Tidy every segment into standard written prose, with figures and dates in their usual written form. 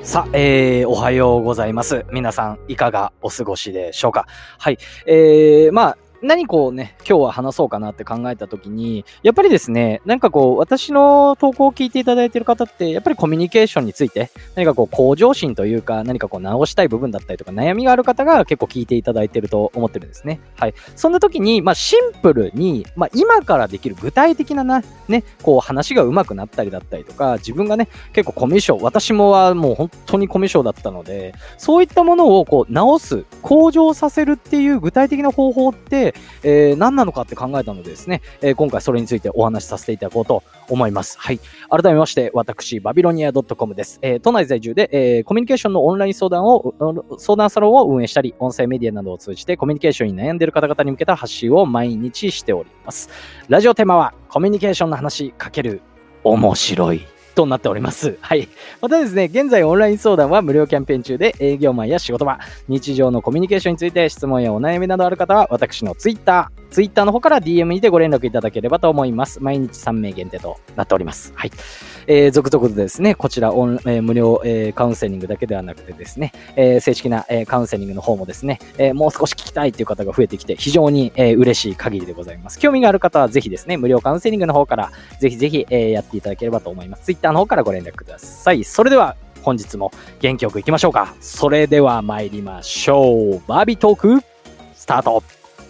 さあ、おはようございます。皆さん、いかがお過ごしでしょうか。はい。何こうね、今日は話そうかなって考えたときに、やっぱりですね、なんかこう、私の投稿を聞いていただいている方って、やっぱりコミュニケーションについて、何かこう、向上心というか、何かこう、直したい部分だったりとか、悩みがある方が結構聞いていただいていると思ってるんですね。はい。そんな時に、シンプルに、今からできる具体的なね、こう、話が上手くなったりだったりとか、自分がね、結構コミュ障、私もはもう本当にコミュ障だったので、そういったものをこう、直す、向上させるっていう具体的な方法って、何なのかって考えたのでですね、今回それについてお話しさせていただこうと思います。はい。改めまして、私、バビロニア .com です。都内在住で、コミュニケーションのオンライン相談サロンを運営したり、音声メディアなどを通じてコミュニケーションに悩んでいる方々に向けた発信を毎日しております。ラジオテーマは、コミュニケーションの話×面白い。となっております。はい。またですね、現在オンライン相談は無料キャンペーン中で、営業マンや仕事場、日常のコミュニケーションについて質問やお悩みなどある方は、私のツイッターの方から DM にてご連絡いただければと思います。毎日3名限定となっております。はい。続々とですね、こちら無料、カウンセリングだけではなくてですね、正式な、カウンセリングの方もですね、もう少し聞きたいという方が増えてきて、非常に、嬉しい限りでございます。興味がある方はぜひですね、無料カウンセリングの方からぜひぜひ、やっていただければと思います。Twitter の方からご連絡ください。それでは本日も元気よくいきましょうか。それでは参りましょう。バービートークスタート。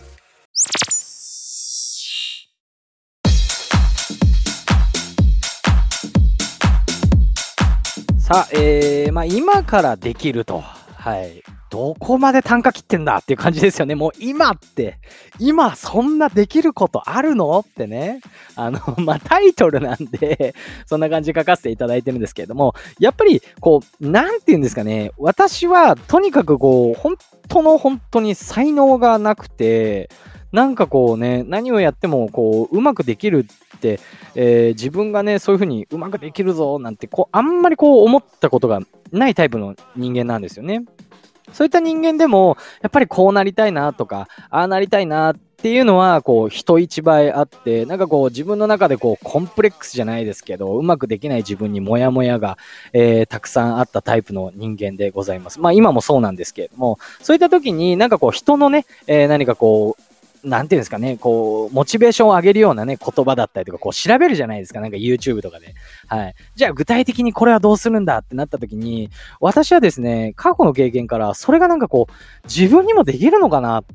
さあ、今からできると。はい。どこまで単価切ってんだっていう感じですよね。もう今そんなできることあるのってね。タイトルなんで、そんな感じで書かせていただいてるんですけれども、やっぱり、こう、なんて言うんですかね。私は、とにかくこう、本当に才能がなくて、なんかこうね、何をやってもこう、うまくできるって、自分がね、そういう風にうまくできるぞ、なんて、こう、あんまりこう思ったことがないタイプの人間なんですよね。そういった人間でも、やっぱりこうなりたいなとか、ああなりたいなっていうのは、こう、人一倍あって、なんかこう、自分の中でこう、コンプレックスじゃないですけど、うまくできない自分にモヤモヤが、たくさんあったタイプの人間でございます。今もそうなんですけれども、そういった時になんかこう、人のね、何かこう、なんていうんですかね、こう、モチベーションを上げるようなね、言葉だったりとか、こう、調べるじゃないですか、なんか YouTube とかで。はい。じゃあ、具体的にこれはどうするんだってなった時に、私はですね、過去の経験から、それがなんかこう、自分にもできるのかなって、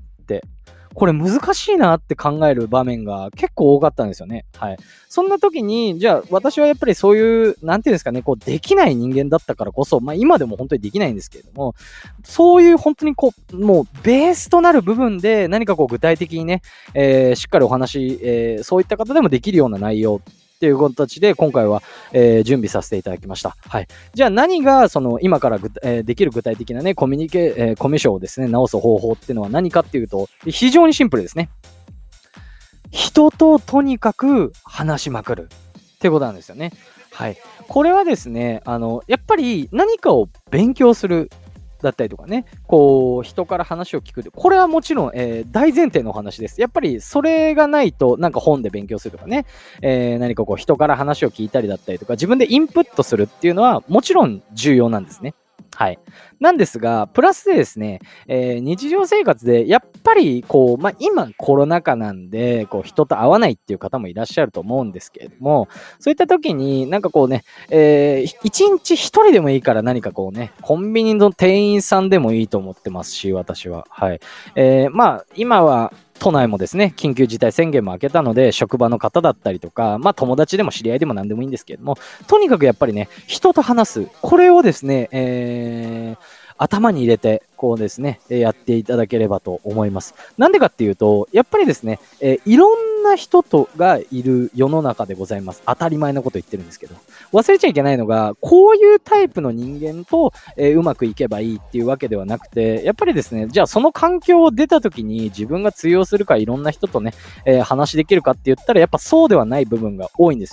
これ難しいなって考える場面が結構多かったんですよね。はい。そんな時に、じゃあ私はやっぱりそういう、なんていうんですかね、こうできない人間だったからこそ、今でも本当にできないんですけれども、そういう本当にこう、もうベースとなる部分で何かこう具体的にね、しっかりお話、そういった方でもできるような内容っていう形で今回は、準備させていただきました。はい。じゃあ何がその今からできる具体的なね、コミュ障をですね、直す方法っていうのは何かっていうと、非常にシンプルですね。人ととにかく話しまくるっていうことなんですよね。はい。これはですね、やっぱり何かを勉強するだったりとかね、こう、人から話を聞く。これはもちろん、大前提のお話です。やっぱりそれがないと、なんか本で勉強するとかね、何かこう、人から話を聞いたりだったりとか、自分でインプットするっていうのは、もちろん重要なんですね。はい。なんですが、プラスでですね、日常生活で、やっぱり、こう、今コロナ禍なんで、こう、人と会わないっていう方もいらっしゃると思うんですけれども、そういった時になんかこうね、一日一人でもいいから何かこうね、コンビニの店員さんでもいいと思ってますし、私は。はい。今は、都内もですね、緊急事態宣言も明けたので、職場の方だったりとか、友達でも知り合いでも何でもいいんですけれども、とにかくやっぱりね、人と話す。これをですね、頭に入れて、こうですね、やっていただければと思います。なんでかっていうと、やっぱりですね、いろんな人がいる世の中でございます。当たり前のこと言ってるんですけど。忘れちゃいけないのが、こういうタイプの人間と、うまくいけばいいっていうわけではなくて、やっぱりですね、じゃあその環境を出た時に自分が通用するか、いろんな人とね、話できるかって言ったら、やっぱそうではない部分が多いんですよね。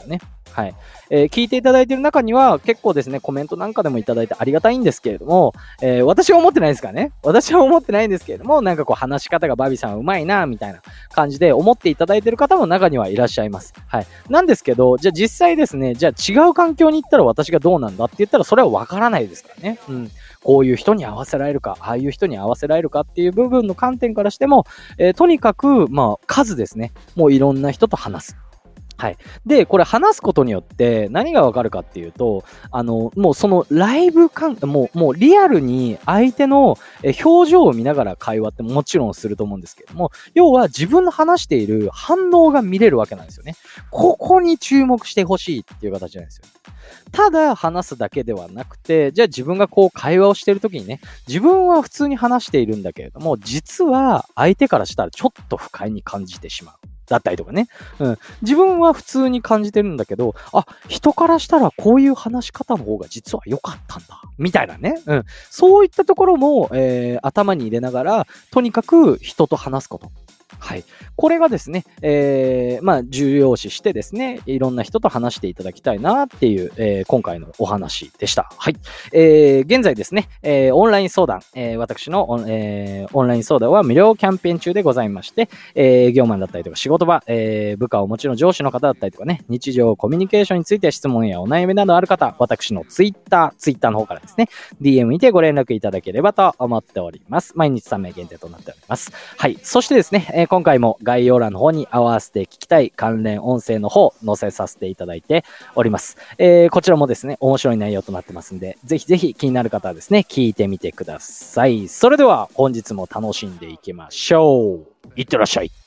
はい。聞いていただいている中には結構ですね、コメントなんかでもいただいてありがたいんですけれども、私は思ってないですからね。私は思ってないんですけれども、なんかこう話し方がバビさんうまいな、みたいな感じで思っていただいている方も中にはいらっしゃいます。はい。なんですけど、じゃあ実際ですね、じゃあ違う環境に行ったら私がどうなんだって言ったらそれはわからないですからね。うん。こういう人に合わせられるか、ああいう人に合わせられるかっていう部分の観点からしても、とにかく、まあ、数ですね。もういろんな人と話す。はい。で、これ話すことによって何がわかるかっていうと、もうそのライブ感、もうリアルに相手の表情を見ながら会話ってもちろんすると思うんですけれども、要は自分の話している反応が見れるわけなんですよね。ここに注目してほしいっていう形なんですよ。ただ話すだけではなくて、じゃあ自分がこう会話をしている時にね、自分は普通に話しているんだけれども、実は相手からしたらちょっと不快に感じてしまう。だったりとかね。うん。自分は普通に感じてるんだけど、あ、人からしたらこういう話し方の方が実は良かったんだ。みたいなね。うん。そういったところも、頭に入れながら、とにかく人と話すこと。はい。これがですね、まあ、重要視してですね、いろんな人と話していただきたいなっていう、今回のお話でした。はい。現在ですね、オンライン相談、私のオンライン相談は無料キャンペーン中でございまして、営業マンだったりとか仕事場、部下をお持ちの上司の方だったりとかね、日常コミュニケーションについて質問やお悩みなどある方、私のツイッターの方からですね、DM にてご連絡いただければと思っております。毎日3名限定となっております。はい。そしてですね、今回も概要欄の方に合わせて聞きたい関連音声の方載せさせていただいております。こちらもですね、面白い内容となってますんで、ぜひぜひ気になる方はですね、聞いてみてください。それでは本日も楽しんでいきましょう。いってらっしゃい。